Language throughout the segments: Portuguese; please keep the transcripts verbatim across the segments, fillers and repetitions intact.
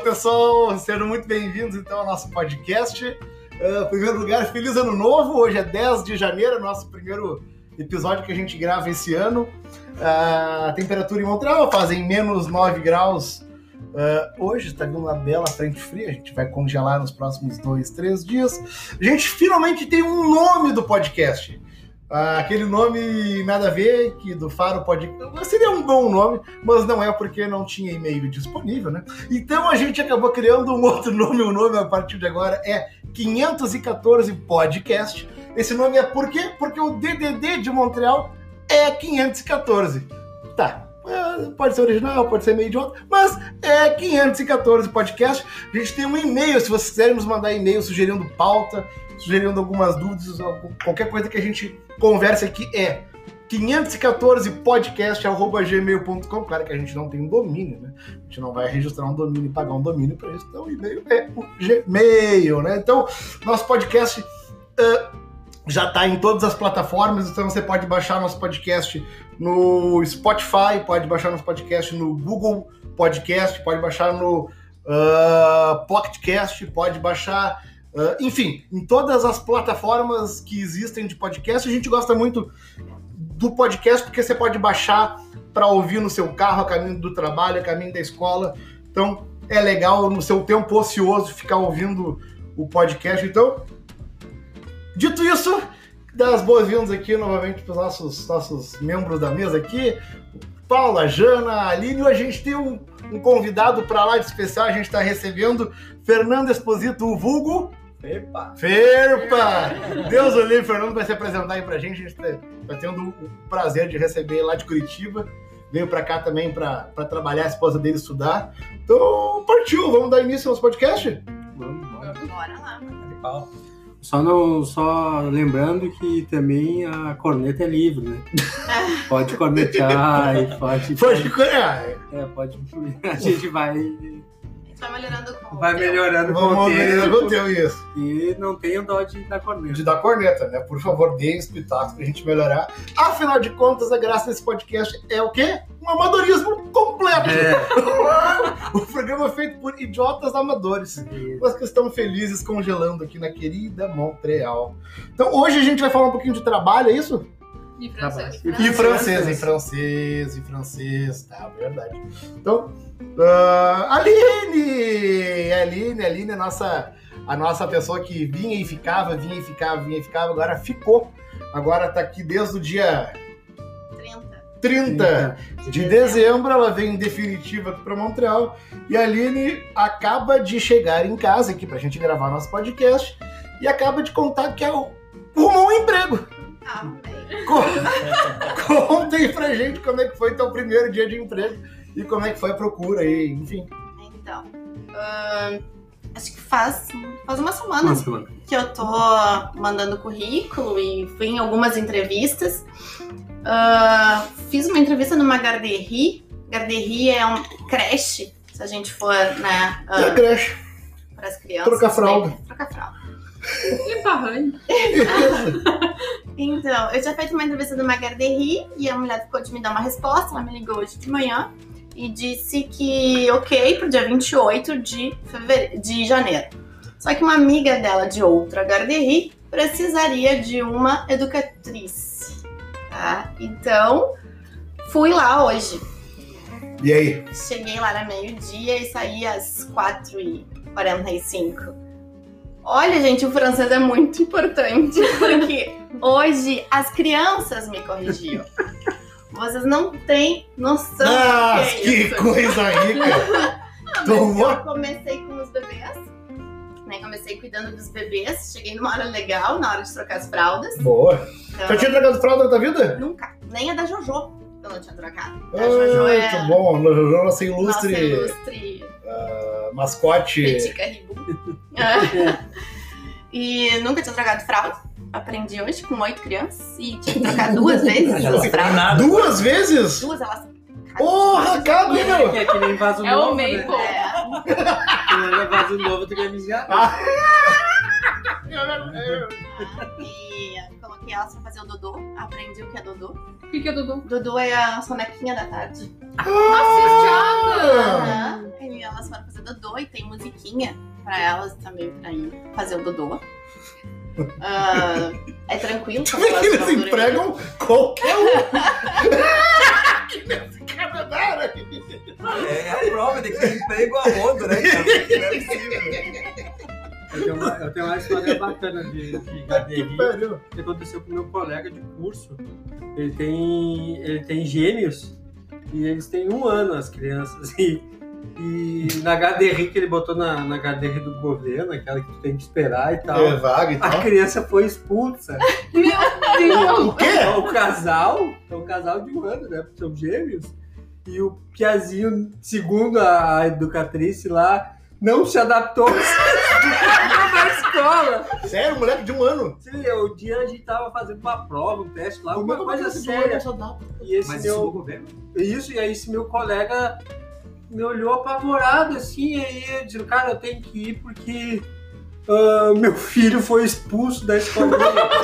pessoal, sejam muito bem-vindos então ao nosso podcast. Uh, em primeiro lugar, feliz ano novo, hoje é dez de janeiro, nosso primeiro episódio que a gente grava esse ano. Uh, a temperatura em Montreal fazem menos nove graus. Uh, hoje está vindo uma bela frente fria, a gente vai congelar nos próximos dois, três dias. A gente finalmente tem um nome do podcast. Uh, aquele nome nada a ver, que do Faro Podcast seria um bom nome, mas não é porque não tinha e-mail disponível, né? Então a gente acabou criando um outro nome. O nome a partir de agora é quinhentos e quatorze Podcast. Esse nome é por quê? Porque o D D D de Montreal é quinhentos e quatorze. Tá, pode ser original, pode ser meio idiota, mas é quinhentos e quatorze Podcast. A gente tem um e-mail, se vocês quiserem nos mandar e-mail sugerindo pauta, sugerindo algumas dúvidas, qualquer coisa que a gente converse aqui é quinhentos e quatorze podcast arroba gmail ponto com. Claro que a gente não tem um domínio, né? A gente não vai registrar um domínio e pagar um domínio para isso, então o e-mail é o Gmail, né? Então, nosso podcast uh, já está em todas as plataformas, então você pode baixar nosso podcast no Spotify, pode baixar nosso podcast no Google Podcast, pode baixar no uh, Pocket Cast, pode baixar... Uh, enfim, em todas as plataformas que existem de podcast. A gente gosta muito do podcast porque você pode baixar para ouvir no seu carro, a caminho do trabalho, a caminho da escola. Então, é legal no seu tempo ocioso ficar ouvindo o podcast. Então, dito isso, dar as boas-vindas aqui novamente para os nossos, nossos membros da mesa aqui. Paula, Jana, Aline, e a gente tem um, um convidado para lá de especial. A gente está recebendo Fernando Esposito, o vulgo... Ferpa! Ferpa! Deus o livre, Fernando vai se apresentar aí pra gente. A gente tá tendo o prazer de receber ele lá de Curitiba. Veio pra cá também pra, pra trabalhar, a esposa dele estudar. Então, partiu! Vamos dar início ao nosso podcast? Vamos, bora. Bora lá. Só, não, só lembrando que também a corneta é livre, né? Pode cornetear e pode... Pode cornetear! É, pode... A gente vai... Vai melhorando com Vai melhorando com Vamos o tempo. melhorando com o tempo, isso. E não tenha dó de dar corneta. De dar corneta, né? Por favor, deem espetáculo pra gente melhorar. Afinal de contas, a graça desse podcast é o quê? Um amadorismo completo. É. O programa é feito por idiotas amadores. Isso. Mas que estão felizes congelando aqui na querida Montreal. Então, hoje a gente vai falar um pouquinho de trabalho, é isso? E francês. E francês, e francês, e francês, tá, verdade. Então, uh, Aline! Aline, Aline, a nossa, a nossa pessoa que vinha e ficava, vinha e ficava, vinha e ficava, agora ficou. Agora tá aqui desde o dia trinta de dezembro, ela vem em definitiva aqui pra Montreal. E a Aline acaba de chegar em casa aqui pra gente gravar nosso podcast e acaba de contar que arrumou um emprego. Ah, bem. Conta aí pra gente como é que foi teu primeiro dia de emprego e como é que foi a procura aí, enfim. Então, uh, acho que faz, faz uma semana Uma semana. que eu tô mandando currículo e fui em algumas entrevistas. Uh, fiz uma entrevista numa garderie. Garderie é um creche, se a gente for, né? Uh, É creche. para as crianças. Trocar fralda. Né? Trocar fralda. E barranho. Então, eu tinha feito uma entrevista numa garderie e a mulher ficou de me dar uma resposta. Ela me ligou hoje de manhã e disse que ok pro dia vinte e oito de, fevereiro, de janeiro. Só que uma amiga dela de outra garderie precisaria de uma educatriz. Tá? Então, fui lá hoje. E aí? Cheguei lá na meio-dia e saí às quatro e quarenta e cinco. Olha, gente, o francês é muito importante, porque hoje as crianças me corrigiam. Vocês não têm noção Ah, do que é que isso. coisa rica! Mas Tomou? eu comecei com os bebês, né? Comecei cuidando dos bebês, cheguei numa hora legal, na hora de trocar as fraldas. Boa. Então, Já tinha trocado fralda na tua vida? nunca, nem a da Jojo eu não tinha trocado. A Jojo Ah, é tá bom. A Jojo, nossa nossa ilustre ilustre uh, mascote. Petit Caribou. E nunca tinha trocado fralda. Aprendi hoje com oito crianças e tinha que trocar duas vezes as fraldas. Duas vezes? Duas, elas... Porra, cabe, meu! É que nem vaso É novo, o meio, né? pô. É. Que nem vaso novo, tu quer mijar. Ah. E coloquei elas pra fazer o Dodô. Aprendi o que é Dodô. O que, que é Dudu? Dodô é a sonequinha da tarde. Assiste, Ah. Aham. e elas foram fazer dodô e tem musiquinha pra elas também pra ir fazer o dodô. Uh, é tranquilo. Como é que eles empregam qualquer um? Que nesse Canadá, né? É a prova de que emprego a rodo, né, cara? Não é possível. Eu tenho, uma, eu tenho uma história bacana de, de Gaderri que aconteceu com o meu colega de curso. Ele tem, ele tem gêmeos e eles têm um ano, as crianças. E, e na Gaderri que ele botou na, na Gaderri do governo, aquela que tu tem que esperar e tal, é vaga e tal. A criança foi expulsa. Meu Deus! O quê? É o casal, é um casal de um ano, né? Porque são gêmeos. E o piazinho, segundo a educatriz lá, não se adaptou na escola. Sério, moleque de um ano? Sim, o dia a gente tava fazendo uma prova, um teste lá, alguma coisa séria. E esse Mas meu... isso do governo? Isso, e aí esse meu colega me olhou apavorado, assim, e aí eu disse, cara, eu tenho que ir porque uh, meu filho foi expulso da escola.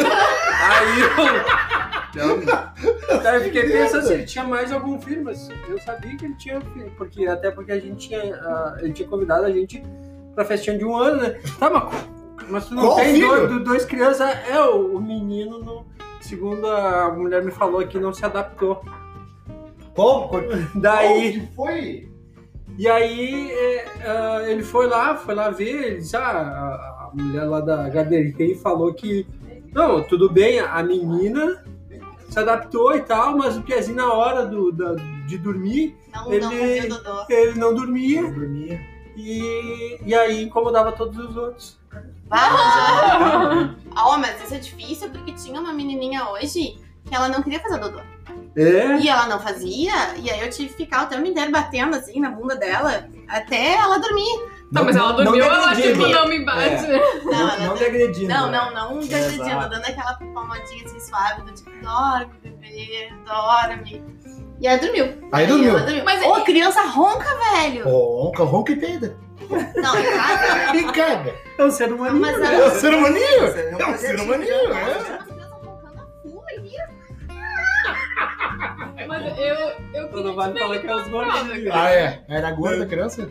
Aí eu... Então, eu fiquei pensando se ele tinha mais algum filho, mas eu sabia que ele tinha filho, porque, até porque a gente tinha, uh, ele tinha convidado a gente pra festinha de um ano, né? Tá, mas, mas tu não Qual tem filho? dois, dois crianças, é o, o menino, no, segundo a mulher me falou aqui, não se adaptou. Qual? Qual Daí... que foi? E aí é, uh, ele foi lá, foi lá ver, ele disse, ah, a, a mulher lá da Gaderri falou que, não, tudo bem, a menina se adaptou e tal, mas o piazinho na hora do, da, de dormir, Não, ele, não fazia o dodô. ele não dormia, Eu dormia. e, e aí incomodava todos os outros. Ah, oh, mas isso é difícil porque tinha uma menininha hoje que ela não queria fazer dodô. É? E ela não fazia, e aí eu tive que ficar o tempo inteiro batendo assim na bunda dela até ela dormir. Tá, mas ela não dormiu, te ela agredindo. tipo não me bate. É. Não, Não, ela não te agredindo. Não, né? não, não te É, agredindo, exato. dando aquela palmadinha assim suave, do tipo, dorme, bebê, dorme. E aí dormiu. Aí dormiu. Ela dormiu. Mas Ô, a criança ronca, velho! Ronca, ronca e peida. Não, em casa, né? E caga. É um ser humaninho. Mas É ela... o ser humaninho. Você É o ser projetinho, humaninho, né? é. Uma criança roncando a full ali. Mas eu, eu Tu queria não vale te falar que é os perguntar, gordinhos. Ah, é? Era gorda a criança?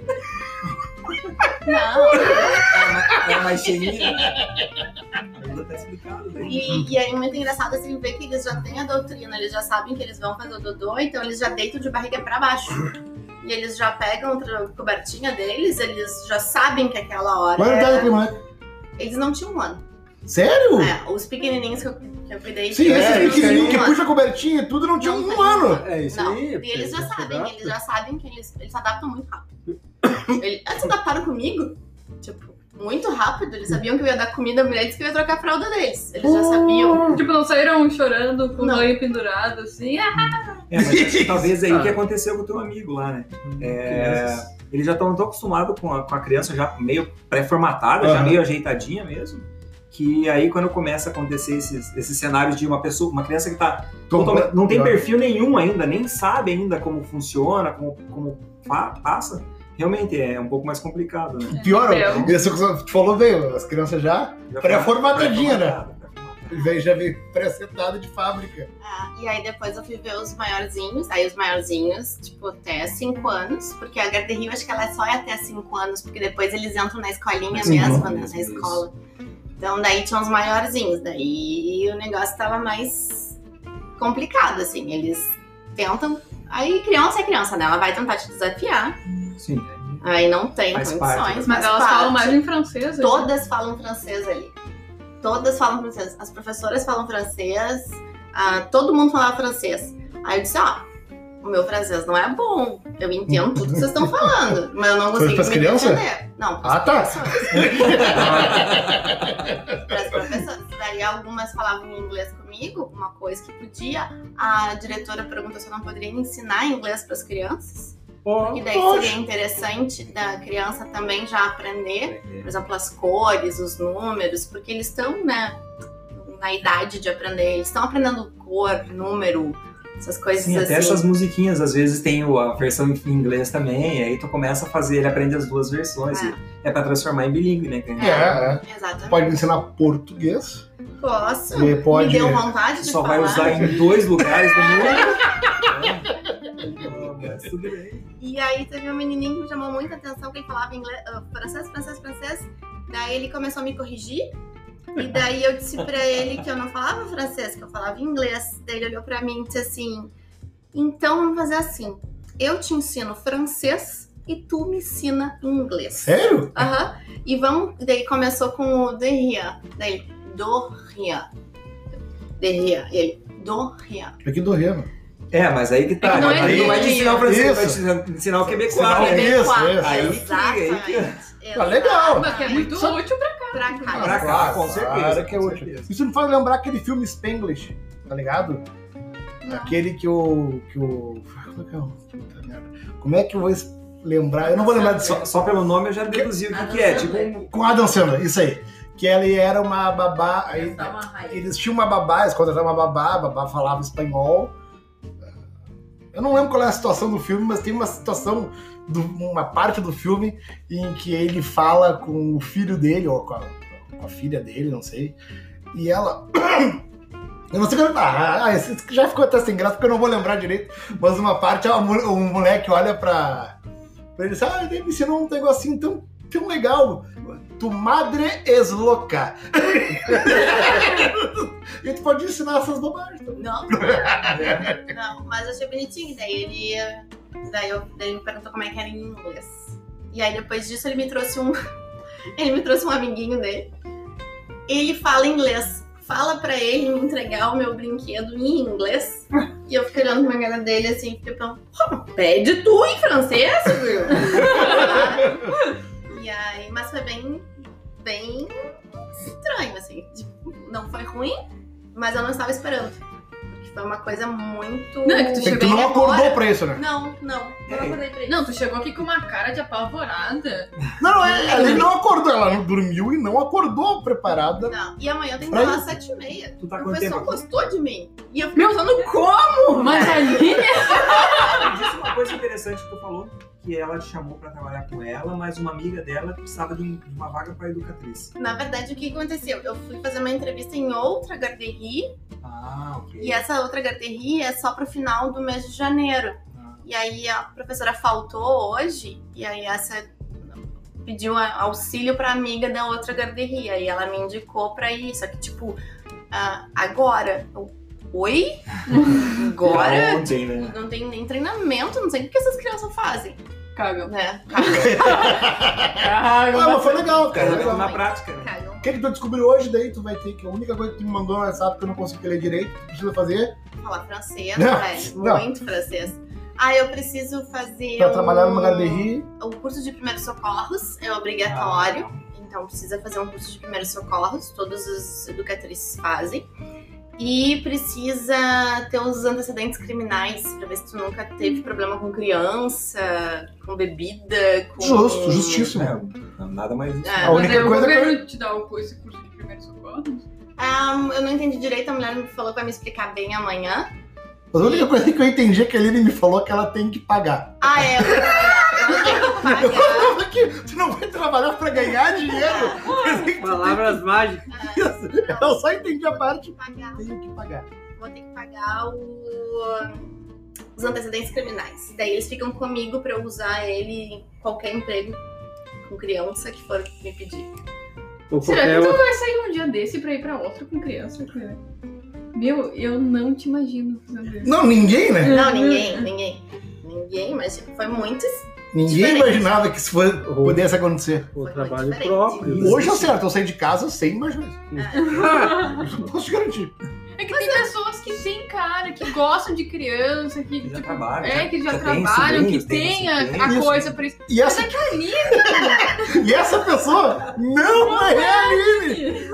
Não. É mais cheinha. Ainda tá explicado. Né? E, e é muito engraçado assim ver que eles já têm a doutrina, eles já sabem que eles vão fazer o dodô, então eles já deitam de barriga pra baixo. E eles já pegam outra cobertinha deles, eles já sabem que aquela hora. Quanto é- idade tem moleque? Eles não tinham um ano. Sério? É, os pequenininhos que eu, que eu cuidei. Sim, tinham- esses É, isso pequenininhos aí, que mano. puxa a cobertinha e tudo não tinha Não um tem. ano. É isso Não, aí. e eles já se sabem, adapta. eles já sabem que eles, eles se adaptam muito rápido. Eles, eles se adaptaram comigo, tipo, muito rápido. Eles sabiam que eu ia dar comida à mulher, disse que eu ia trocar a fralda deles. Eles já sabiam. Tipo, não saíram chorando com o Não. banho pendurado, assim. Ah, É, mas acho que talvez aí Ah. que aconteceu com o teu amigo lá, né? É, Crianças. eles já estão tão acostumados com a, com a criança já meio pré-formatada, já Aham. meio ajeitadinha mesmo, que aí quando começa a acontecer esses, esses cenários de uma pessoa, uma criança que tá totalmente- não tem perfil nenhum ainda, nem sabe ainda como funciona, como, como fa- passa, realmente é um pouco mais complicado, né? Pior, Meu. isso que tu falou bem, as crianças já Já pré-formatadinha, né? pré-formatada, pré-formatada. veio, já veio pré-setada de fábrica. Ah, e aí depois eu fui ver os maiorzinhos, aí os maiorzinhos, tipo, até cinco anos, porque a Garderie eu acho que ela é só até cinco anos, porque depois eles entram na escolinha Sim, mesmo, uhum, né, na isso. escola. Então daí tinha os maiorzinhos, daí o negócio tava mais complicado, assim, eles tentam... Aí criança é criança, né? Ela vai tentar te desafiar, Sim. aí não tem Faz condições, parte, mas Mas elas parte. falam mais em francês. né? Todas falam francês ali. Todas falam francês. As professoras falam francês. Ah, todo mundo falava francês. Aí eu disse, ó, o meu francês não é bom. Eu entendo tudo que vocês estão falando, mas eu não Foi consigo pras me crianças? defender. Não, pras Ah, tá. professoras. Pras professoras. Daí algumas falavam em inglês comigo, uma coisa que podia. A diretora perguntou se eu não poderia ensinar inglês pras crianças. Porque daí Poxa. seria interessante da criança também já aprender, por exemplo, as cores, os números, porque eles estão, né, na idade de aprender, eles estão aprendendo cor, número, essas coisas Sim, assim. até essas musiquinhas, às vezes tem o- a versão em inglês também, e aí tu começa a fazer, ele aprende as duas versões, É. e é pra transformar em bilíngue, né? que- É, é. Exatamente. Pode ensinar português. Posso. E pode- Me deu vontade de Só falar. vai usar em dois lugares do mundo. É. Tudo bem. E aí teve um menininho que me chamou muita atenção, que ele falava inglês, uh, francês, francês, francês. Daí ele começou a me corrigir. E daí eu disse pra ele que eu não falava francês, que eu falava inglês. Daí ele olhou pra mim e disse assim, então vamos fazer assim, eu te ensino francês e tu me ensina inglês. Sério? Aham. Uhum. E vamos, daí começou com o de rien. Daí, do rien. De rien. E ele, do rien. Aqui do Rio. É, mas aí que tá. É que não é aí não vai te ensinar o francês, vai Isso. te ensinar o quebecois, Ensinar o né? quebecois. Isso, Quebecois, isso. Aí que- exatamente. aí Ah, legal. Mas que é muito Só- útil pra cá. Pra cá. Pra cá, com certeza. Claro que é com útil. certeza. Isso me faz lembrar aquele filme Spanglish, tá ligado? Não. Aquele que o... Que o... Como é que é o... Puta merda. Como é que eu vou lembrar? Eu não vou lembrar disso. Só, só pelo nome eu já deduzi o que, que é. Tipo, um- Com Adam Sandler, isso aí. Que ele era uma babá... Aí, Dá uma raiva. eles tinham uma babá, eles contrataram uma babá, a babá falava espanhol. Eu não lembro qual é a situação do filme, mas tem uma situação, do, uma parte do filme em que ele fala com o filho dele, ou com a, com a filha dele, não sei. E ela... Eu não sei como... Ah, ah, isso já ficou até sem graça, porque eu não vou lembrar direito. Mas uma parte, o um moleque olha pra, pra ele e diz, ah, ele me ensinou um negocinho tão, tão legal. Tu madre es louca. E tu pode ensinar essas bobagens. Tá? Não, não, mas eu achei bonitinho. Daí ele, daí, eu, daí ele me perguntou como é que era em inglês. E aí depois disso ele me trouxe um, ele me trouxe um amiguinho dele. Ele fala inglês. Fala pra ele me entregar o meu brinquedo em inglês. E eu fiquei olhando pra cara dele assim, fiquei pensando, "Pô, pede tu em francês, viu?" E aí, mas foi bem, bem estranho, assim. Tipo, não foi ruim, mas eu não estava esperando. Porque foi uma coisa muito... Não, é que tu Tu chegou não acordou agora. pra isso, né? Não, não, não É. acordei pra isso. Não, tu chegou aqui com uma cara de apavorada. Não, não, é, ele não acordou. Ela não dormiu e não acordou preparada. Não, e amanhã eu tenho que Pra estar lá isso? às sete e meia. tu tá O quanto pessoal tempo? gostou de mim. E eu fiquei pensando, como? Mas ali... Disse uma coisa interessante que tu falou, que ela te chamou pra trabalhar com ela, mas uma amiga dela precisava de, um- de uma vaga pra educatriz. Na verdade, o que aconteceu? Eu fui fazer uma entrevista em outra garderie. Ah, ok. E essa outra garderie é só pro final do mês de janeiro. Ah, E aí a professora faltou hoje, e aí essa pediu a- auxílio pra amiga da outra garderia, e ela me indicou pra ir, só que tipo, ah, agora, eu, oi? Agora? ontem, né? Não tem nem treinamento, não sei o que essas crianças fazem, Cagam. né? Ah, mas foi legal, cara. Cara, Legal. na prática, né? Cagam. O que, que tu descobriu hoje, daí tu vai ter que... A única coisa que tu me mandou no WhatsApp que eu não consegui ler direito, tu precisa fazer Falar francês, Não, velho, não. muito francês. Ah, eu preciso fazer pra um- trabalhar numa garderie. O curso de primeiros socorros é obrigatório. Ah, Então precisa fazer um curso de primeiros socorros, todas as educatrizes fazem. E precisa ter os antecedentes criminais, pra ver se tu nunca teve problema com criança, com bebida, com... Justo, justíssimo. é, nada mais isso. É, A única Mas aí o coisa que eu- governo te dá o curso, esse curso de primeiros socorros? Ah, eu não entendi direito, a mulher me falou que vai me explicar bem amanhã. Mas a única coisa que eu entendi é que a Aline me falou que ela tem que pagar. Ah, é, eu vou pagar. Eu vou ter que Eu pagar. falava que tu não vai trabalhar pra ganhar dinheiro. Mas é que tu Palavras mágicas. tem que- Eu só entendi a parte. Pagar. Tenho que pagar. Vou ter que pagar o- os antecedentes criminais. Daí eles ficam comigo pra eu usar ele em qualquer emprego com criança que for me pedir. Ou Será qualquer que tu outro. vai sair um dia desse pra ir pra outro com criança? cara? Meu, eu não te imagino fazendo isso. Não, ninguém, né? Não, ninguém, ninguém. Ninguém, mas foi muito. Ninguém Diferente. imaginava que isso foi- pudesse acontecer. O Foi trabalho muito diferente. próprio. Hoje eu certo, eu saí de casa sem imaginar isso. Eu posso te garantir. É que tem pessoas que têm cara, que gostam de criança, que, Que já tipo, trabalham, é, que já já tem trabalham, que sobrinhos, tem tem não a, sei a quem. coisa pra isso. E essa, Mas é que ali, e essa pessoa não é a Aline.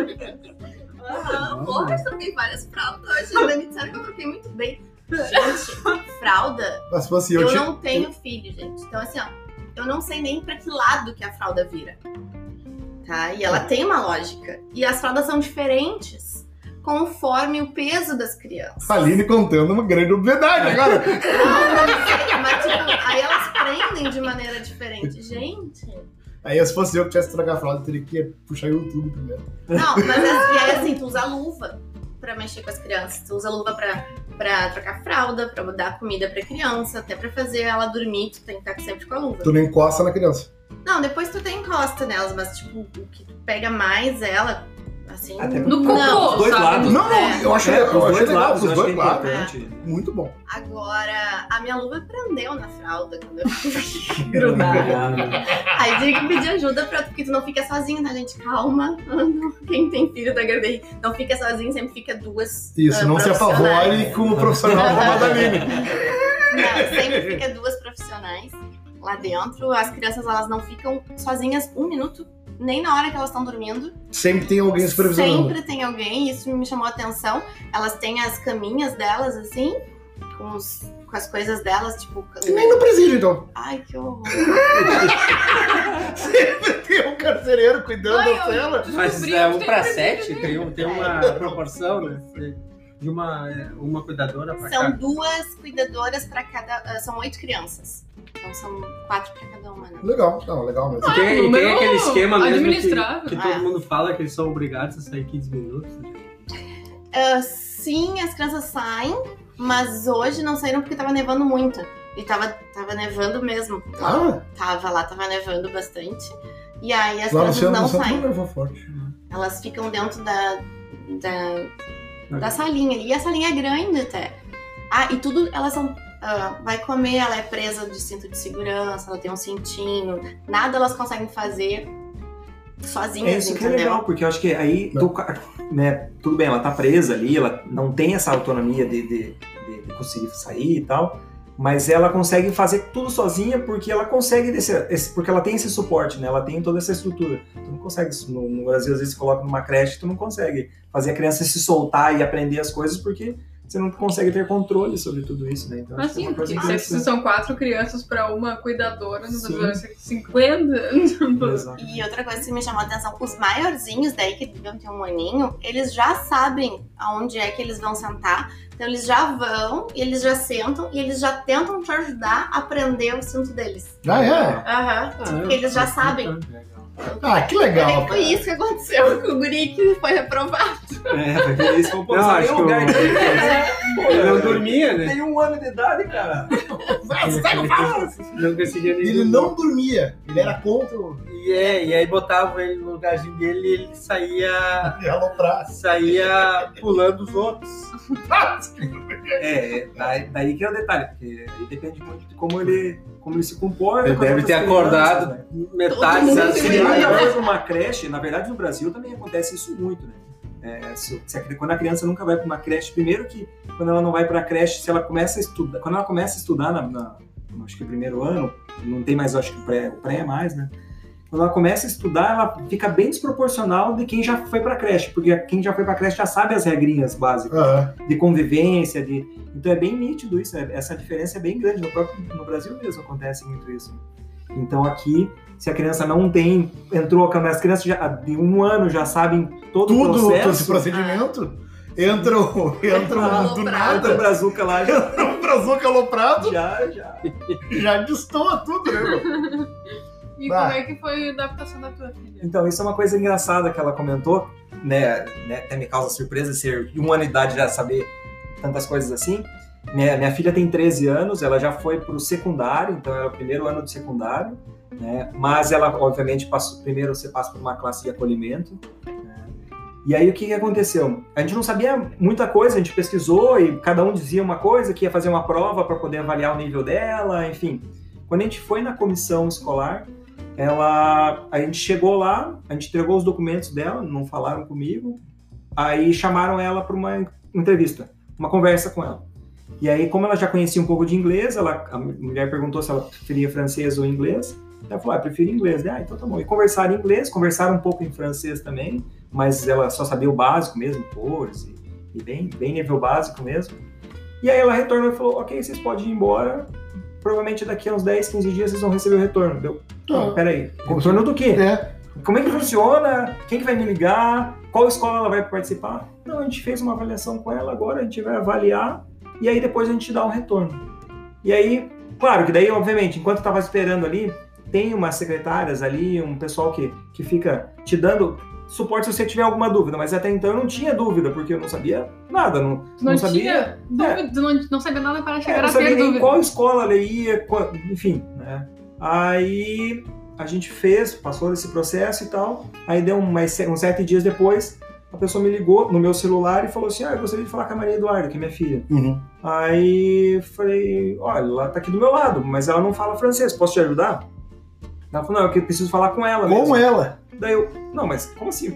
Aham, porra, eu troquei várias fraldas hoje. Ainda me disseram que eu troquei muito bem. Gente, fralda, Mas se fosse eu, eu tinha... não tenho filho, gente. Então, assim, ó, eu não sei nem pra que lado que a fralda vira. Tá? E ela tem uma lógica. E as fraldas são diferentes conforme o peso das crianças. A Aline contando uma grande obviedade agora. Não, não sei, mas tipo, aí elas prendem de maneira diferente. Gente. Aí se fosse eu que tivesse que trocar a fralda, eu teria que puxar o YouTube primeiro. Não, mas é, e aí assim, tu usa luva pra mexer com as crianças. Tu usa luva pra, pra trocar fralda, pra dar comida pra criança, até pra fazer ela dormir, tu tem que estar sempre com a luva. Tu não encosta na criança. Não, depois tu tem encosta nelas, mas tipo, o que tu pega mais ela, assim... Até No não. cocô, Os dois sabe? lados. Não, não, É. eu achei, É, eu os achei dois legal, lados, os eu acho que dois é lados. importante. Muito bom. Agora, a minha luva prendeu na fralda quando eu fui Ah, grudar. Aí tive que pedir ajuda pra, porque tu não fica sozinho, tá, gente? Calma. Quem tem filho da Garderia não fica sozinho, sempre fica duas. Isso, uh, não se profissionais. apavore com o profissional da Madaline. Não, sempre fica duas profissionais lá dentro. As crianças, elas não ficam sozinhas um minuto, nem na hora que elas estão dormindo. Sempre tem alguém supervisionando. Sempre tem alguém, isso me chamou a atenção. Elas têm as caminhas delas, assim, com, os, com as coisas delas, tipo... E nem no presídio, então. Ai, que horror. Sempre tem um carcereiro cuidando Ai, da eu- cela. Mas Descobri é que um tem pra presídio sete, ali. tem, um- tem uma proporção, né? De uma, uma cuidadora pra São cada. duas cuidadoras pra cada... ah, São oito crianças. Então são quatro pra cada uma, né? Legal, não, legal mesmo. E tem, e tem número aquele esquema mesmo que, administrável. que todo É. mundo fala que eles são obrigados a sair quinze minutos. Ah, sim, as crianças saem, mas hoje não saíram porque tava nevando muito. E tava, tava nevando mesmo. Ah, Tava lá, tava nevando bastante. E aí as lá no crianças centro, não no centro saem. não levou forte. Elas ficam dentro da, da, da salinha ali. E a salinha é grande até. Ah, e tudo, elas são... ah, vai comer, ela é presa de cinto de segurança, ela tem um cintinho. Nada elas conseguem fazer sozinhas, É isso que é entendeu? legal, porque eu acho que aí, tu, né, tudo bem, ela tá presa ali, ela não tem essa autonomia de, de, de- de conseguir sair e tal, mas ela consegue fazer tudo sozinha porque ela consegue, desse, esse, porque ela tem esse suporte, né, ela tem toda essa estrutura. Tu não consegue, isso no, no Brasil às vezes coloca numa creche, tu não consegue fazer a criança se soltar e aprender as coisas porque você não consegue ter controle sobre tudo isso, né, então acho que é Assim, uma coisa porque se, se interessante. são quatro crianças pra uma cuidadora, no Sim. Brasil vai ser cinquenta. Exato. E outra coisa que me chamou a atenção, os maiorzinhos daí, que deviam ter um aninho, eles já sabem aonde é que eles vão sentar. Então eles já vão, e eles já sentam, e eles já tentam te ajudar a prender o cinto deles. Ah, é? Aham. Porque eles já sabem. Ah, que E legal, foi cara. isso que aconteceu com o guri que foi reprovado. É, porque eles vão Não, posar acho em que lugar o- que Ele não dormia, né? tem um ano de idade, cara. Não conseguia nem Ele dormir. não dormia, ele era contra o E, é, e aí botava ele no lugarzinho dele e ele saía, aloprar. saía pulando os outros. É, daí, daí que é o detalhe, porque aí depende muito de como ele, como ele se comporta. Ele com as deve ter outras crianças, acordado né? metade Todo mundo das Se tem ele Sim. nunca crianças. foi pra uma creche, na verdade no Brasil também acontece isso muito, né? É, se, se a, quando a criança nunca vai para uma creche, primeiro que quando ela não vai para a creche, se ela começa a estudar, quando ela começa a estudar na, na no, acho que primeiro ano, não tem mais, acho que o pré, o pré é mais, né? Quando ela começa a estudar, ela fica bem desproporcional de quem já foi para a creche, porque quem já foi para a creche já sabe as regrinhas básicas Ah, de convivência, de então é bem nítido isso, né? Essa diferença é bem grande, no próprio no Brasil mesmo acontece muito isso. Então aqui, se a criança não tem, entrou, quando as crianças já, de um ano já sabem todo o tudo, todo esse processo, procedimento. Entra, o- entra um do Aloprado. entra o nada, brazuca lá, já, entra um brazuca aloprado, já, já. já destoa tudo, né, meu? E Ah. como é que foi a adaptação da tua filha? Então isso é uma coisa engraçada que ela comentou, né, né até me causa surpresa ser de um ano de idade já saber tantas coisas assim. Minha, minha filha tem treze anos, ela já foi para o secundário, então era o primeiro ano do secundário, né? Mas ela, obviamente, passou, primeiro você passa por uma classe de acolhimento, né? E aí o que, que aconteceu? A gente não sabia muita coisa, a gente pesquisou e cada um dizia uma coisa, que ia fazer uma prova para poder avaliar o nível dela, enfim. Quando a gente foi na comissão escolar, ela, a gente chegou lá, a gente entregou os documentos dela, não falaram comigo, aí chamaram ela para uma entrevista, uma conversa com ela. E aí, como ela já conhecia um pouco de inglês, ela, a mulher perguntou se ela preferia francês ou inglês. Ela falou, ah, eu prefiro inglês. Ah, então tá bom. E conversaram em inglês, conversaram um pouco em francês também, mas ela só sabia o básico mesmo, cores, e, e bem, bem nível básico mesmo. E aí ela retornou e falou, ok, vocês podem ir embora, provavelmente daqui a uns dez, quinze dias vocês vão receber o retorno. Deu, ah, peraí, retorno do quê? É. Como é que funciona? Quem que vai me ligar? Qual escola ela vai participar? Não, a gente fez uma avaliação com ela, agora a gente vai avaliar e aí depois a gente dá um retorno. E aí, claro que daí, obviamente, enquanto eu estava esperando ali, tem umas secretárias ali, um pessoal que, que fica te dando, suporte se você tiver alguma dúvida, mas até então eu não tinha dúvida, porque eu não sabia nada, não, Tu não, não sabia... tinha dúvida, tu não, não sabia nada para É, chegar não a sabia ter nem dúvida. qual escola ela ia, qual- enfim, né? Aí a gente fez, passou desse processo e tal, aí deu mais, uns sete dias depois, a pessoa me ligou no meu celular e falou assim, ah, eu gostaria de falar com a Maria Eduarda, que é minha filha. Uhum. Aí falei, olha, ela tá aqui do meu lado, mas ela não fala francês, posso te ajudar? Ela falou, não, eu preciso falar com ela Com mesmo. ela. Daí eu, não, mas como assim?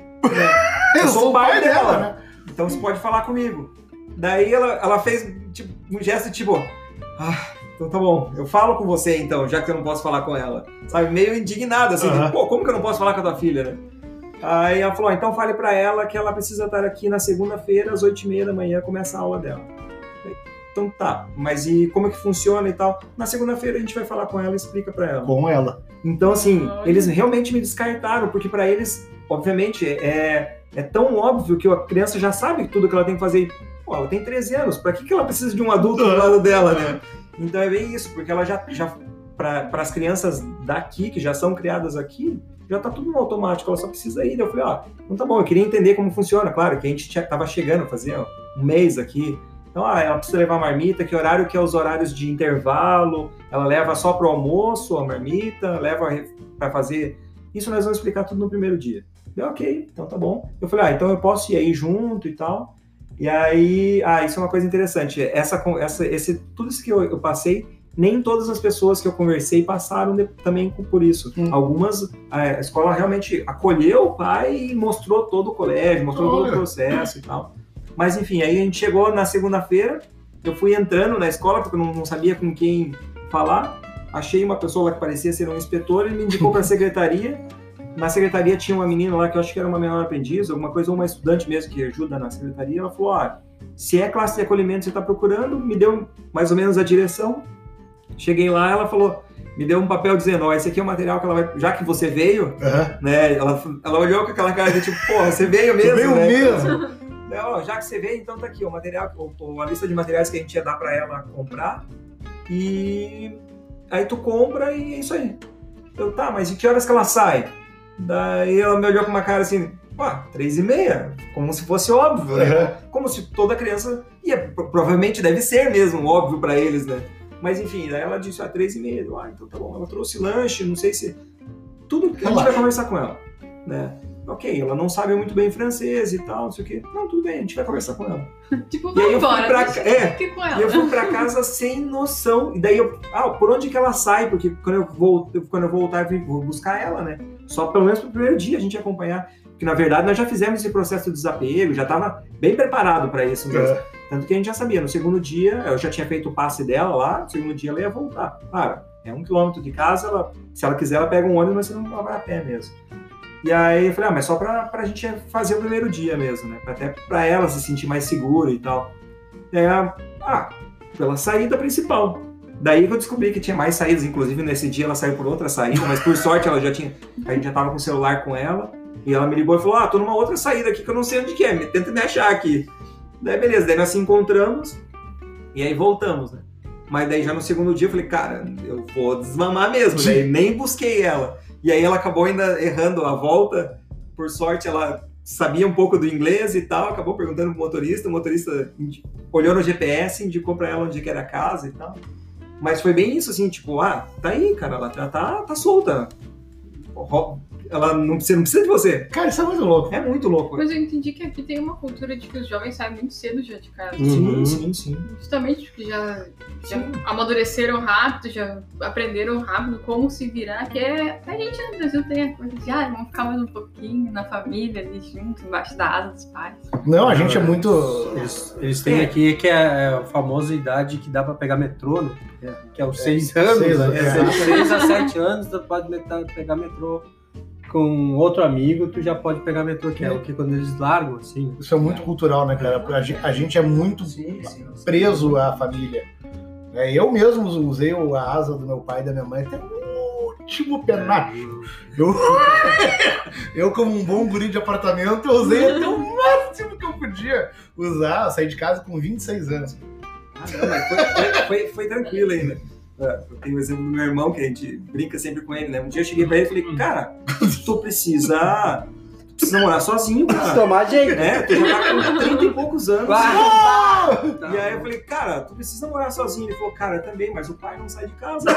Eu sou o pai dela, né? Então você pode falar comigo. Daí ela, ela fez tipo, um gesto tipo, ah, então tá bom, eu falo com você então, já que eu não posso falar com ela. Sabe, meio indignada, assim, Uhum. tipo, pô, como que eu não posso falar com a tua filha, né? Aí ela falou, ah, então fale pra ela que ela precisa estar aqui na segunda-feira, às oito e meia da manhã, começa a aula dela. Falei, então tá, mas e como é que funciona e tal? Na segunda-feira a gente vai falar com ela e explica pra ela. Com ela. Então, assim, Olha. eles realmente me descartaram, porque pra eles, obviamente, é, é tão óbvio que a criança já sabe tudo que ela tem que fazer. Pô, ela tem treze anos, pra que, que ela precisa de um adulto do lado dela, né? Então é bem isso, porque ela já, já para as crianças daqui, que já são criadas aqui, já tá tudo no automático, ela só precisa ir. Eu falei, ó, então tá bom, eu queria entender como funciona. Claro que a gente tinha, tava chegando, fazia um mês aqui. Então, ah, ela precisa levar marmita, que horário que é os horários de intervalo, ela leva só pro almoço a marmita, leva para fazer... Isso nós vamos explicar tudo no primeiro dia. Eu, ok, então tá bom. Eu falei, ah, então eu posso ir aí junto e tal. E aí, ah, isso é uma coisa interessante. Essa, essa, esse, tudo isso que eu, eu passei, nem todas as pessoas que eu conversei passaram de, também por isso. Hum. Algumas, a escola realmente acolheu o pai e mostrou todo o colégio, mostrou Olha. todo o processo e tal. Mas enfim, aí a gente chegou na segunda-feira, eu fui entrando na escola porque eu não, não sabia com quem falar. Achei uma pessoa lá que parecia ser um inspetor e me indicou para a secretaria. Na secretaria tinha uma menina lá que eu acho que era uma menor aprendiz, alguma coisa, ou uma estudante mesmo que ajuda na secretaria. Ela falou, ah, se é classe de acolhimento que você está procurando, me deu mais ou menos a direção. Cheguei lá, ela falou, me deu um papel dizendo, ó, esse aqui é o material que ela vai... Já que você veio, uhum. né, ela, ela olhou com aquela cara de tipo, pô, você veio mesmo, veio né? mesmo. Ó, já que você veio, então tá aqui o material, o, a lista de materiais que a gente ia dar pra ela comprar. E aí tu compra e é isso aí. Eu, tá, mas e que horas que ela sai? Daí ela me olhou com uma cara assim, ó, três e meia, como se fosse óbvio, né? Uhum. Como se toda criança ia, provavelmente deve ser mesmo óbvio pra eles, né? Mas enfim, daí ela disse, ah, três e meia. Eu, ah, então tá bom. Ela trouxe lanche, não sei se... Tudo que a gente vai conversar com ela, né? Ok, ela não sabe muito bem francês e tal, não sei o quê. Não, tudo bem, a gente vai conversar com ela. Tipo, e aí eu embora, fui pra, ca... é, com ela. E eu fui pra casa sem noção. E daí eu, ah, por onde que ela sai? Porque quando eu, vou, quando eu voltar, eu vou buscar ela, né? Só pelo menos pro primeiro dia a gente ia acompanhar. Porque na verdade nós já fizemos esse processo de desapego, já tava bem preparado pra isso mesmo. É. Tanto que a gente já sabia, no segundo dia, eu já tinha feito o passe dela lá, no segundo dia ela ia voltar. Claro, é um quilômetro de casa, ela, se ela quiser ela pega um ônibus, mas senão ela vai a pé mesmo. E aí eu falei, ah, mas só pra, pra gente fazer o primeiro dia mesmo, né? Até pra ela se sentir mais segura e tal. E aí, ah, pela saída principal. Daí que eu descobri que tinha mais saídas, inclusive nesse dia ela saiu por outra saída, mas por sorte ela já tinha, a gente já tava com o celular com ela, e ela me ligou e falou, ah, tô numa outra saída aqui que eu não sei onde que é, tenta me achar aqui. Daí beleza, daí nós se encontramos, e aí voltamos, né? Mas daí já no segundo dia eu falei, cara, eu vou desmamar mesmo, daí nem busquei ela. E aí ela acabou ainda errando a volta, por sorte ela sabia um pouco do inglês e tal, acabou perguntando pro motorista, o motorista olhou no G P S, indicou pra ela onde que era a casa e tal. Mas foi bem isso, assim, tipo, ah, tá aí, cara, ela já tá, tá solta. Ela não precisa, não precisa de você. Cara, isso é muito louco. É muito louco. Mas eu entendi que aqui tem uma cultura de que os jovens saem muito cedo já de casa. Sim, sim, sim. Justamente porque já, já amadureceram rápido, já aprenderam rápido como se virar, que é... A gente no Brasil tem a coisa de, ah, vamos ficar mais um pouquinho na família, ali junto, embaixo da asa dos pais. Não, a gente é muito... Eles, eles têm é. aqui que é a famosa idade que dá pra pegar metrô, né? Que é os seis é, anos, seis, né? É. seis a sete anos, tu pode pegar metrô. Com outro amigo, tu já pode pegar metrô, que é o que quando eles largam, assim. Isso é muito é. cultural, né, cara? A gente, a gente é muito sim, sim, preso sim. à família. É, eu mesmo usei a asa do meu pai e da minha mãe até o último penacho. Eu, eu, como um bom guri de apartamento, eu usei até o máximo que eu podia usar. Eu saí de casa com vinte e seis anos. Ah, não, mas foi, foi, foi, foi tranquilo ainda. Eu tenho o exemplo do meu irmão, que a gente brinca sempre com ele, né? Um dia eu cheguei pra ele e falei, cara, tu precisa, precisa morar sozinho, Precisa cara. tomar jeito. Né? Tu já tá com trinta e poucos anos. Tá. E aí eu falei, cara, tu precisa morar sozinho. Ele falou, cara, também, mas o pai não sai de casa.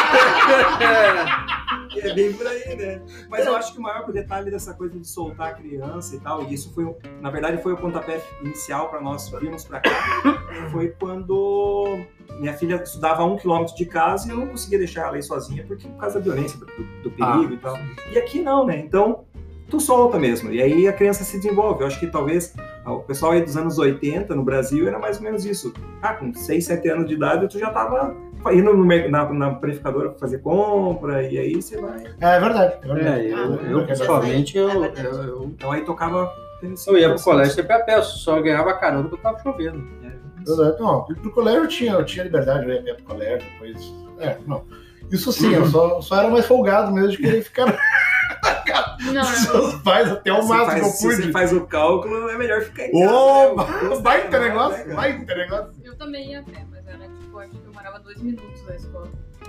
É bem por aí, né? Mas eu acho que o maior detalhe dessa coisa de soltar a criança e tal, e isso foi, na verdade, foi o pontapé inicial para nós virmos para cá, foi quando minha filha estudava a um quilômetro de casa e eu não conseguia deixar ela ir sozinha, porque por causa da violência, do, do perigo ah, e tal. E aqui não, né? Então, tu solta mesmo. E aí a criança se desenvolve. Eu acho que talvez o pessoal aí dos anos oitenta no Brasil era mais ou menos isso. Ah, com seis, sete anos de idade tu já tava indo no, na, na panificadora pra fazer compra e aí você vai... É verdade. É, verdade. É, eu, eu pessoalmente, eu, eu, eu... Então aí tocava... Eu ia pro colégio sempre a pé, só ganhava carona porque tava chovendo. É, não, pro colégio eu tinha, eu tinha liberdade, eu ia a pé pro colégio, depois... É, não. Isso sim, eu só, só era mais folgado mesmo de querer ficar... Não, não. Seus pais até o máximo que eu pude. Se você faz o cálculo, é melhor ficar em casa. Ô, né? vai ter negócio, vai ter negócio. Eu também ia a pé, mas era tipo, acho que eu morava dois minutos da escola.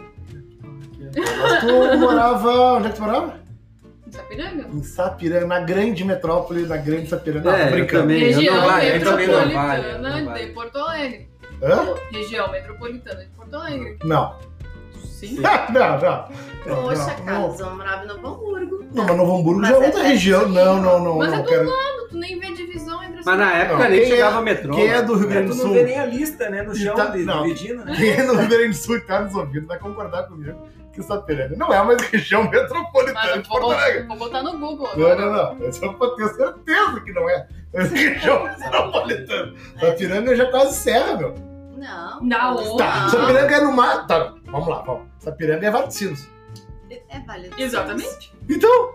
Mas tu morava... Onde é que tu morava? Em Sapiranga? Em Sapiranga, na grande metrópole, na grande Sapiranga. Não, É, tô brincando. Também, Região eu não vai, eu também não metropolitana vai, não vai. de Porto Alegre. Hã? Região metropolitana de Porto Alegre. Não. Sim. Não, não. Poxa, não, Carlos, eu morava em Novo Hamburgo. Não, mas Novo Hamburgo Mas já é é outra pertinho. região. Não, não, não. Mas não, é do quero... lado, tu nem vê divisão entre as Mas na época Não, nem quem chegava é- metrô. Quem é do Rio É, Grande tu do não Sul? vê nem a lista, né? No chão Tá- de, não. dividindo, né? Quem é do Rio Grande do Sul e tá nos ouvindo vai concordar comigo que Sapiranga não é mais região metropolitana Mas eu de vou, Porto Alegre. vou botar no Google Não, agora. não, não. Eu só pra ter certeza que não é. É região metropolitana. Sapiranga já quase serra, meu. Não. Na Não. Tá, Sapiranga é no mar. Tá, vamos lá, vamos. Sapiranga é Vaticínios. É válido. Exatamente. Então.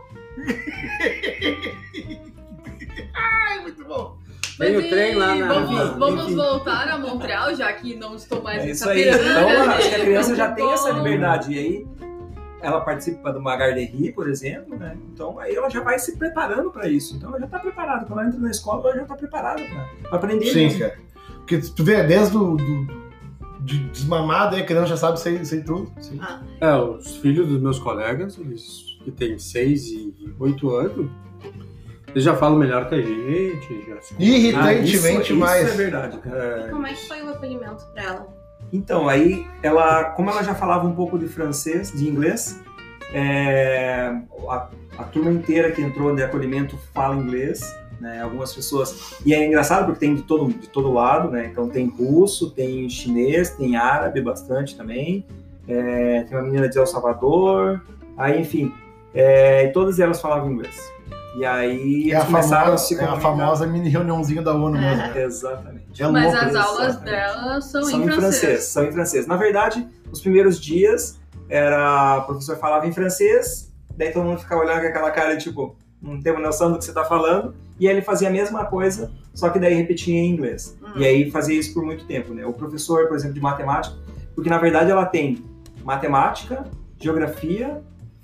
Ai, muito bom. Tem Mas o trem e lá na- Vamos, vamos Enfim. voltar a Montreal, já que não estou mais É em isso aí. Sapiranga. Então, eu acho que a né? criança já tem Bom. essa liberdade. E aí, ela participa de uma garderie, por exemplo, né? Então, aí ela já vai se preparando para isso. Então, ela já está preparada. Quando ela entra na escola, ela já está preparada para aprender. Sim, mesmo. cara. Porque tu vê, desde do, do de desmamado, aí a criança já sabe sei, sei tudo. Sim. É, os filhos dos meus colegas, eles que têm seis e oito anos, eles já falam melhor que a gente. Já se- Irritantemente Ah, isso, mais. Isso é verdade, cara. É, Como é que foi o acolhimento pra ela? Então, aí, ela, como ela já falava um pouco de francês, de inglês, é, a, a turma inteira que entrou de acolhimento fala inglês, né? Algumas pessoas... E é engraçado porque tem de todo, de todo lado, né? Então tem russo, tem chinês, tem árabe bastante também, é, tem uma menina de El Salvador, aí, enfim, é, todas elas falavam inglês. E aí É a, eles começaram a famosa, se é a comunicar. famosa mini reuniãozinha da ONU mesmo. né? Exatamente. É Mas louco as isso, aulas exatamente. dela são, São em francês. são em francês. Na verdade, os primeiros dias, era, o professor falava em francês, daí todo mundo ficava olhando com aquela cara de tipo, não tem uma noção do que você está falando, e aí ele fazia a mesma coisa, só que daí repetia em inglês. Hum. E aí fazia isso por muito tempo, né? O professor, por exemplo, de matemática, porque na verdade ela tem matemática, geografia,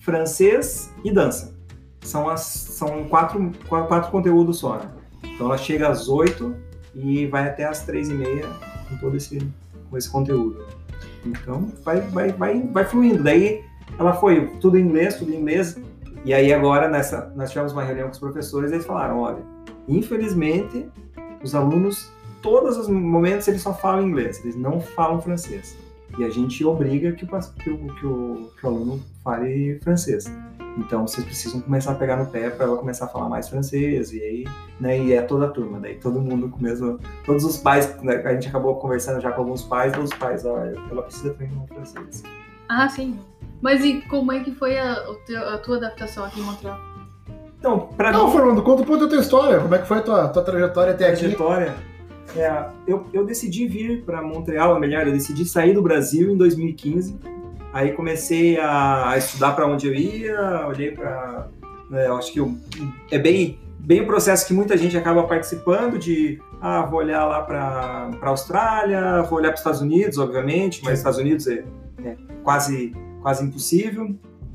francês e dança. São, as, são quatro, quatro, quatro conteúdos só, né? Então ela chega às oito e vai até às três e meia com todo esse, com esse conteúdo. Então vai, vai, vai, vai fluindo. Daí ela foi tudo em inglês, tudo em inglês. E aí agora nessa, nós tivemos uma reunião com os professores e eles falaram, olha, infelizmente os alunos, todos os momentos eles só falam inglês, eles não falam francês. E a gente obriga que o, que o, que o, que o aluno fale francês. Então vocês precisam começar a pegar no pé para ela começar a falar mais francês, e aí, né, e é toda a turma, daí todo mundo começa, todos os pais, né, a gente acabou conversando já com alguns pais, todos os pais, olha, ela precisa treinar francês. Ah, sim. Mas e como é que foi a, o teu- a tua adaptação aqui em Montreal? Então, para Não, mim, Fernando, conta um pouco da tua história. Como é que foi a tua, tua trajetória até aqui? trajetória, é, eu, eu decidi vir para Montreal, ou melhor, eu decidi sair do Brasil em dois mil e quinze. Aí comecei a, a estudar para onde eu ia, olhei para... Né, eu acho que eu, é bem, bem o processo que muita gente acaba participando de... Ah, vou olhar lá para a Austrália, vou olhar para os Estados Unidos, obviamente, mas Estados Unidos é, é quase, quase impossível.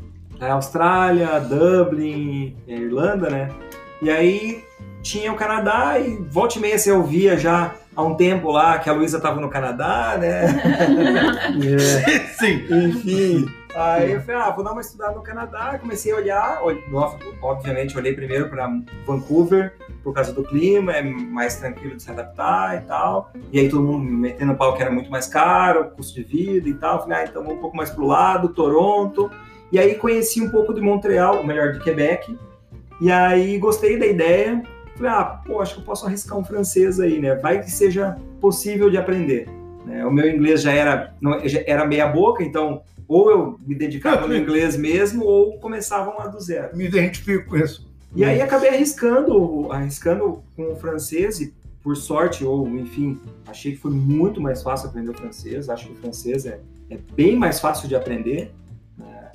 A Austrália, Dublin, a Irlanda, né? E aí tinha o Canadá e volta e meia você ouvia já há um tempo lá que a Luísa estava no Canadá, né? é, Sim. Enfim, Aí eu falei, ah, vou dar uma estudada no Canadá. Comecei a olhar, obviamente olhei primeiro para Vancouver, por causa do clima, é mais tranquilo de se adaptar e tal. E aí todo mundo me metendo no pau que era muito mais caro, custo de vida e tal. Falei, ah, então vamos um pouco mais pro lado, Toronto. E aí conheci um pouco de Montreal, ou melhor, de Quebec. E aí gostei da ideia. Falei, ah, pô, acho que eu posso arriscar um francês aí, né? Vai que seja possível de aprender. Né? O meu inglês já era, não, já era meia boca, então ou eu me dedicava no inglês mesmo, ou começava uma do zero. Me identifico com isso. E aí acabei arriscando, arriscando com o francês e, por sorte, ou enfim, achei que foi muito mais fácil aprender o francês. Acho que o francês é, é bem mais fácil de aprender. Né?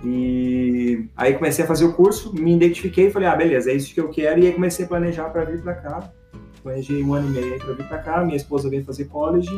E aí comecei a fazer o curso, me identifiquei e falei, ah, beleza, é isso que eu quero. E aí comecei a planejar para vir para cá. Planejei um ano e meio para vir para cá. Minha esposa veio fazer college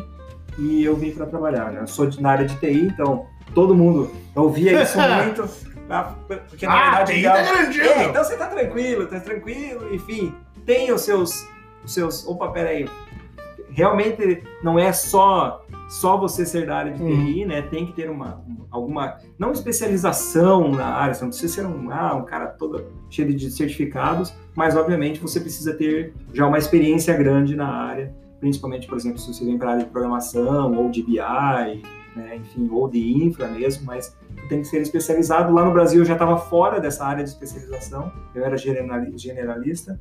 e eu vim para trabalhar. Né? Eu sou de, na área de T I, então todo mundo ouvia isso muito. Porque na ah, verdade tá grandinho. É, então você tá tranquilo, tá tranquilo, enfim, tem os seus, os seus, opa, peraí, realmente não é só, só você ser da área de T I, hum. né, tem que ter uma, alguma, não especialização na área, você não precisa ser um, ah, um cara todo cheio de certificados, mas obviamente você precisa ter já uma experiência grande na área, principalmente, por exemplo, se você vem para a área de programação ou de B I, né, enfim, ou de infra mesmo, mas tem que ser especializado. Lá no Brasil eu já estava fora dessa área de especialização, eu era generalista,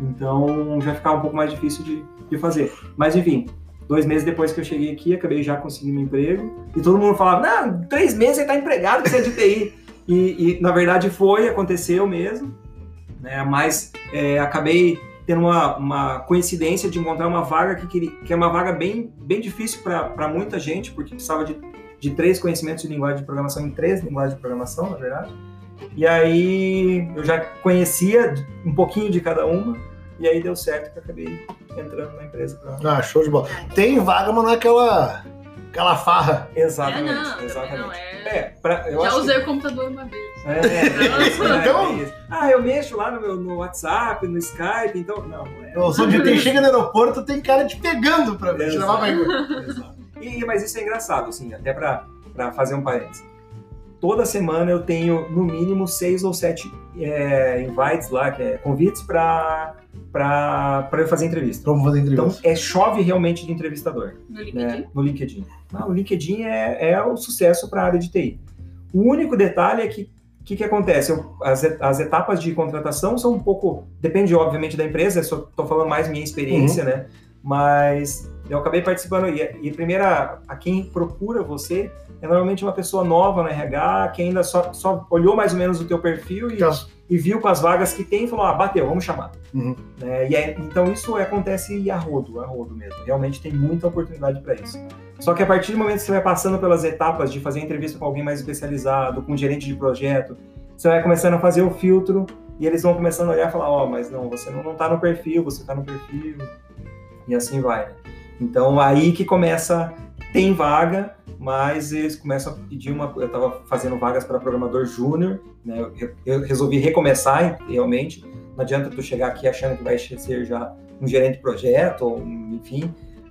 então já ficava um pouco mais difícil de, de fazer. Mas enfim, dois meses depois que eu cheguei aqui, acabei já conseguindo um emprego, e todo mundo falava, não, três meses você está empregado, você é de T I. E, e na verdade foi, aconteceu mesmo, né, mas é, acabei tendo uma, uma coincidência de encontrar uma vaga que, queria, que é uma vaga bem, bem difícil para muita gente, porque precisava de, de três conhecimentos de linguagem de programação, em três linguagens de programação, na verdade. E aí eu já conhecia um pouquinho de cada uma, e aí deu certo que eu acabei entrando na empresa. Pra... Ah, show de bola. Tem vaga, mas não é aquela, aquela farra. Exatamente, é, não, exatamente. Não é... É, pra, eu já acho usei que... o computador uma vez. É, é, então... é ah, eu mexo lá no, meu, no WhatsApp, no Skype, então... Não, não é. Eu sou de quem chega no aeroporto, tem cara te pegando pra ver, te levar pra Exato. E, mas isso é engraçado, assim, até pra, pra fazer um parênteses. Toda semana eu tenho, no mínimo, seis ou sete é, invites lá, que é convites pra, pra, pra eu fazer entrevista. Vamos fazer entrevista. Então, é, chove realmente de entrevistador. No LinkedIn? Né? No LinkedIn. Ah, o LinkedIn é, é o sucesso para a área de T I. O único detalhe é que o que, que acontece? Eu, as, as etapas de contratação são um pouco... Depende, obviamente, da empresa. Estou falando mais minha experiência, uhum. né? Mas eu acabei participando. E, e primeira, a quem procura você é normalmente uma pessoa nova no R H, que ainda só, só olhou mais ou menos o teu perfil e, e viu com as vagas que tem e falou, ah, bateu, vamos chamar. Uhum. É, e é, então isso acontece a rodo, a rodo mesmo. Realmente tem muita oportunidade para isso. Só que a partir do momento que você vai passando pelas etapas de fazer entrevista com alguém mais especializado, com um gerente de projeto, você vai começando a fazer o filtro e eles vão começando a olhar e falar, ó, oh, mas não, você não, não tá no perfil, você tá no perfil, e assim vai, né? Então aí que começa, tem vaga, mas eles começam a pedir uma... Eu estava fazendo vagas para programador júnior, né? Eu, eu resolvi recomeçar, realmente. Não adianta tu chegar aqui achando que vai ser já um gerente de projeto, ou enfim.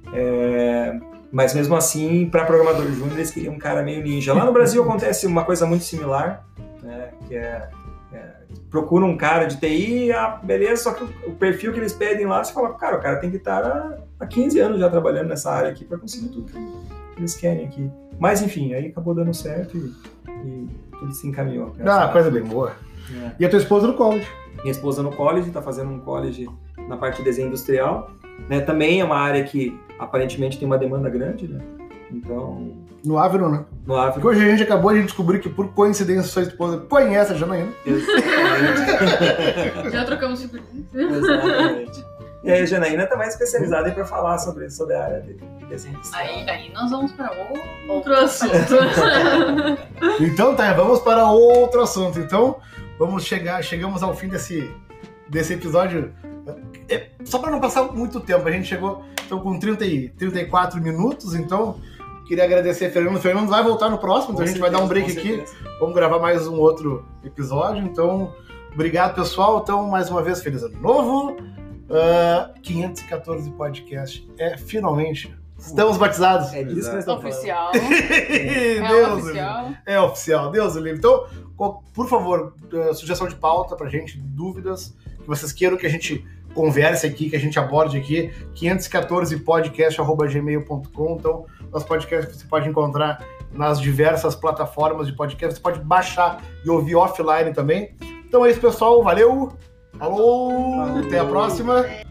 É... Mas mesmo assim, para programador júnior, eles queriam um cara meio ninja. Lá no Brasil acontece uma coisa muito similar, né? Que é... é... procura um cara de T I, ah, beleza, só que o perfil que eles pedem lá, você fala, cara, o cara tem que estar há quinze anos já trabalhando nessa área aqui para conseguir tudo que eles querem aqui. Mas enfim, aí acabou dando certo e, e tudo se encaminhou. Ah, coisa bem boa. É. E a tua esposa no college? Minha esposa no college, está fazendo um college na parte de desenho industrial. Né? Também é uma área que aparentemente tem uma demanda grande, né? Então... No Ávila, né? No Ávila. Porque hoje a gente acabou de descobrir que, por coincidência, sua esposa conhece a Janaína. Exatamente. Já trocamos figurinhas. Exatamente. E aí a Janaína está mais especializada para falar sobre, sobre a área de, de desenho industrial. Aí, aí nós vamos para outro assunto. Então tá, vamos para outro assunto. Então, vamos chegar, chegamos ao fim desse, desse episódio. É, só para não passar muito tempo, a gente chegou então, com trinta e, trinta e quatro minutos, então queria agradecer a Fernando. O Fernando vai voltar no próximo, então com a gente certeza, vai dar um break aqui. Vamos gravar mais um outro episódio. Então, obrigado, pessoal. Então, mais uma vez, feliz ano novo. Uh, quinhentos e quatorze Podcast é finalmente Estamos batizados. É disso que nós estamos falando. Oficial. Deus É o oficial. livre. É oficial, Deus o livre. Então, co- por favor, uh, sugestão de pauta pra gente, dúvidas, que vocês queiram que a gente converse aqui, que a gente aborde aqui, quinhentos e quatorze podcast arroba gmail ponto com. Então, nosso podcast você pode encontrar nas diversas plataformas de podcast, você pode baixar e ouvir offline também. Então é isso, pessoal. Valeu! Falou! Falou. Até a próxima!